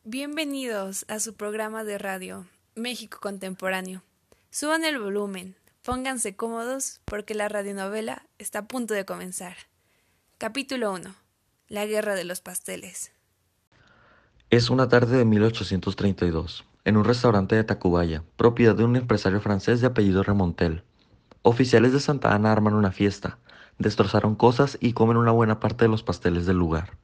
Bienvenidos a su programa de radio, México Contemporáneo. Suban el volumen, pónganse cómodos porque la radionovela está a punto de comenzar. Capítulo 1. La Guerra de los Pasteles. Es una tarde de 1832, en un restaurante de Tacubaya, propiedad de un empresario francés de apellido Remontel. Oficiales de Santa Ana arman una fiesta, destrozaron cosas y comen una buena parte de los pasteles del lugar.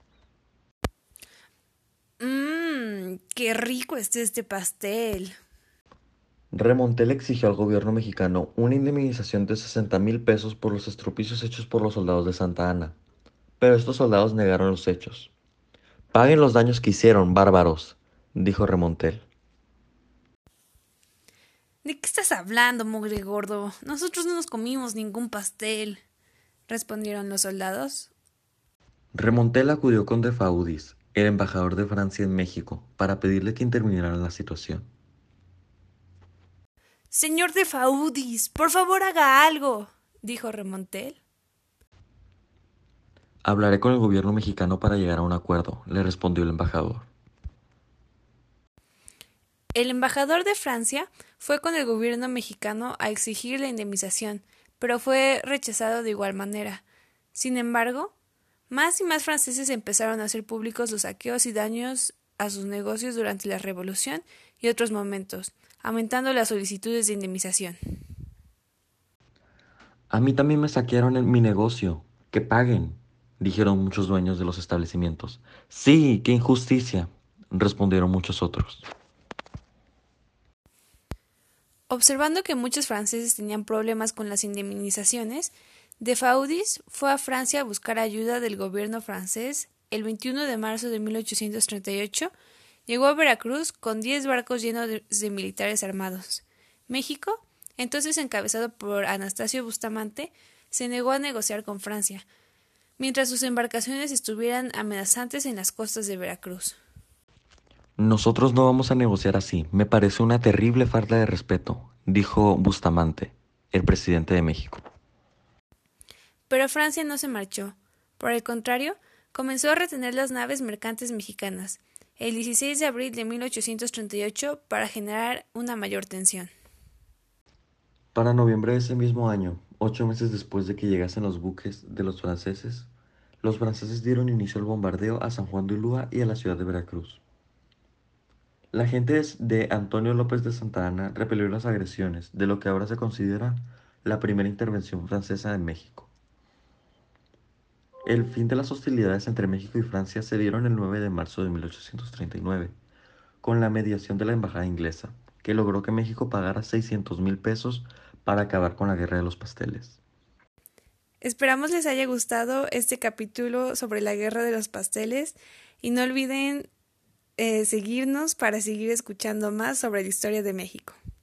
¡Qué rico está este pastel! Remontel exigió al gobierno mexicano una indemnización de 60,000 pesos por los estropicios hechos por los soldados de Santa Ana, pero estos soldados negaron los hechos. Paguen los daños que hicieron, bárbaros, dijo Remontel. ¿De qué estás hablando, mugre gordo? Nosotros no nos comimos ningún pastel, respondieron los soldados. Remontel acudió con De Faudis, el embajador de Francia en México, para pedirle que interviniera en la situación. Señor de Faudis, por favor haga algo, dijo Remontel. Hablaré con el gobierno mexicano para llegar a un acuerdo, le respondió el embajador. El embajador de Francia fue con el gobierno mexicano a exigir la indemnización, pero fue rechazado de igual manera. Sin embargo, más y más franceses empezaron a hacer públicos los saqueos y daños a sus negocios durante la Revolución y otros momentos, aumentando las solicitudes de indemnización. A mí también me saquearon en mi negocio. Que paguen, dijeron muchos dueños de los establecimientos. Sí, qué injusticia, respondieron muchos otros. Observando que muchos franceses tenían problemas con las indemnizaciones, De Faudis fue a Francia a buscar ayuda del gobierno francés. El 21 de marzo de 1838 llegó a Veracruz con 10 barcos llenos de militares armados. México, entonces encabezado por Anastasio Bustamante, se negó a negociar con Francia, mientras sus embarcaciones estuvieran amenazantes en las costas de Veracruz. Nosotros no vamos a negociar así. Me parece una terrible falta de respeto, dijo Bustamante, el presidente de México. Pero Francia no se marchó. Por el contrario, comenzó a retener las naves mercantes mexicanas, el 16 de abril de 1838 para generar una mayor tensión. Para noviembre de ese mismo año, 8 meses después de que llegasen los buques de los franceses dieron inicio al bombardeo a San Juan de Ulúa y a la ciudad de Veracruz. La gente de Antonio López de Santa Anna repelió las agresiones de lo que ahora se considera la primera intervención francesa en México. El fin de las hostilidades entre México y Francia se dieron el 9 de marzo de 1839, con la mediación de la embajada inglesa, que logró que México pagara 600,000 pesos para acabar con la guerra de los pasteles. Esperamos les haya gustado este capítulo sobre la guerra de los pasteles y no olviden seguirnos para seguir escuchando más sobre la historia de México.